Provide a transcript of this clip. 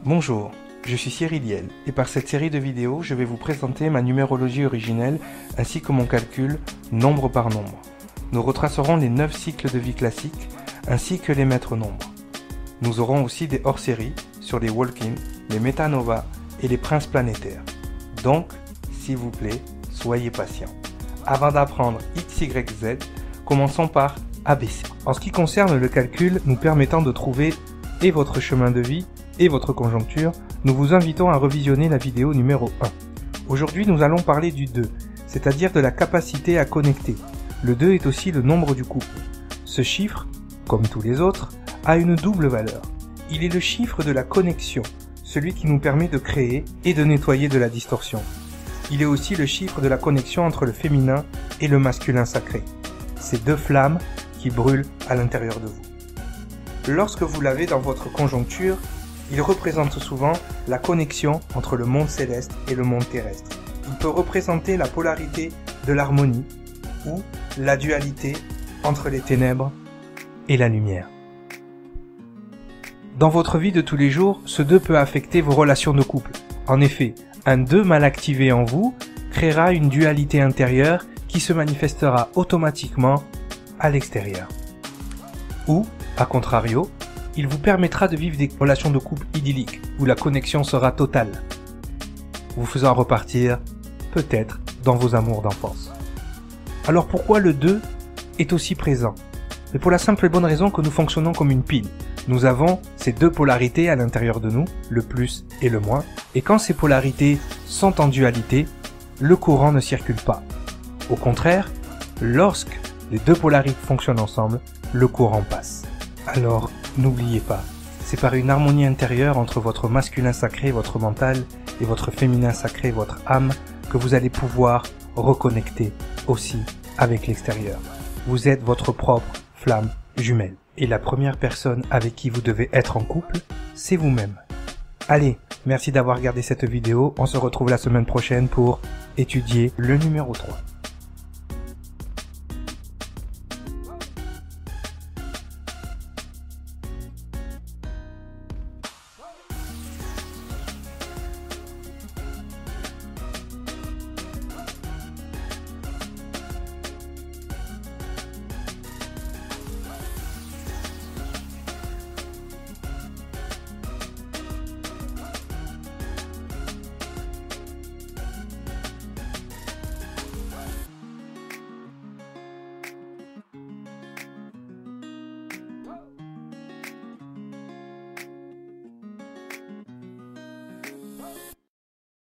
Bonjour, je suis Cyril Liel et par cette série de vidéos, je vais vous présenter ma numérologie originelle ainsi que mon calcul nombre par nombre. Nous retracerons les 9 cycles de vie classiques ainsi que les maîtres nombres. Nous aurons aussi des hors-séries sur les walk-ins, les métanovas et les princes planétaires. Donc, s'il vous plaît, soyez patients. Avant d'apprendre XYZ, commençons par ABC. En ce qui concerne le calcul nous permettant de trouver et votre chemin de vie et votre conjoncture, nous vous invitons à revisionner la vidéo numéro 1. Aujourd'hui, nous allons parler du 2, c'est-à-dire de la capacité à connecter. Le 2 est aussi le nombre du couple. Ce chiffre, comme tous les autres, a une double valeur. Il est le chiffre de la connexion, celui qui nous permet de créer et de nettoyer de la distorsion. Il est aussi le chiffre de la connexion entre le féminin et le masculin sacré. Ces deux flammes qui brûlent à l'intérieur de vous. Lorsque vous l'avez dans votre conjoncture, il représente souvent la connexion entre le monde céleste et le monde terrestre. Il peut représenter la polarité de l'harmonie ou la dualité entre les ténèbres et la lumière. Dans votre vie de tous les jours, ce 2 peut affecter vos relations de couple. En effet, un 2 mal activé en vous créera une dualité intérieure qui se manifestera automatiquement à l'extérieur. Ou, à contrario, il vous permettra de vivre des relations de couple idylliques, où la connexion sera totale, vous faisant repartir, peut-être, dans vos amours d'enfance. Alors pourquoi le 2 est aussi présent? Mais pour la simple et bonne raison que nous fonctionnons comme une pile. Nous avons ces deux polarités à l'intérieur de nous, le plus et le moins, et quand ces polarités sont en dualité, le courant ne circule pas. Au contraire, lorsque les deux polarités fonctionnent ensemble, le courant passe. Alors, n'oubliez pas, c'est par une harmonie intérieure entre votre masculin sacré, votre mental, et votre féminin sacré, votre âme, que vous allez pouvoir reconnecter aussi avec l'extérieur. Vous êtes votre propre flamme jumelle. Et la première personne avec qui vous devez être en couple, c'est vous-même. Allez, merci d'avoir regardé cette vidéo. On se retrouve la semaine prochaine pour étudier le numéro 3.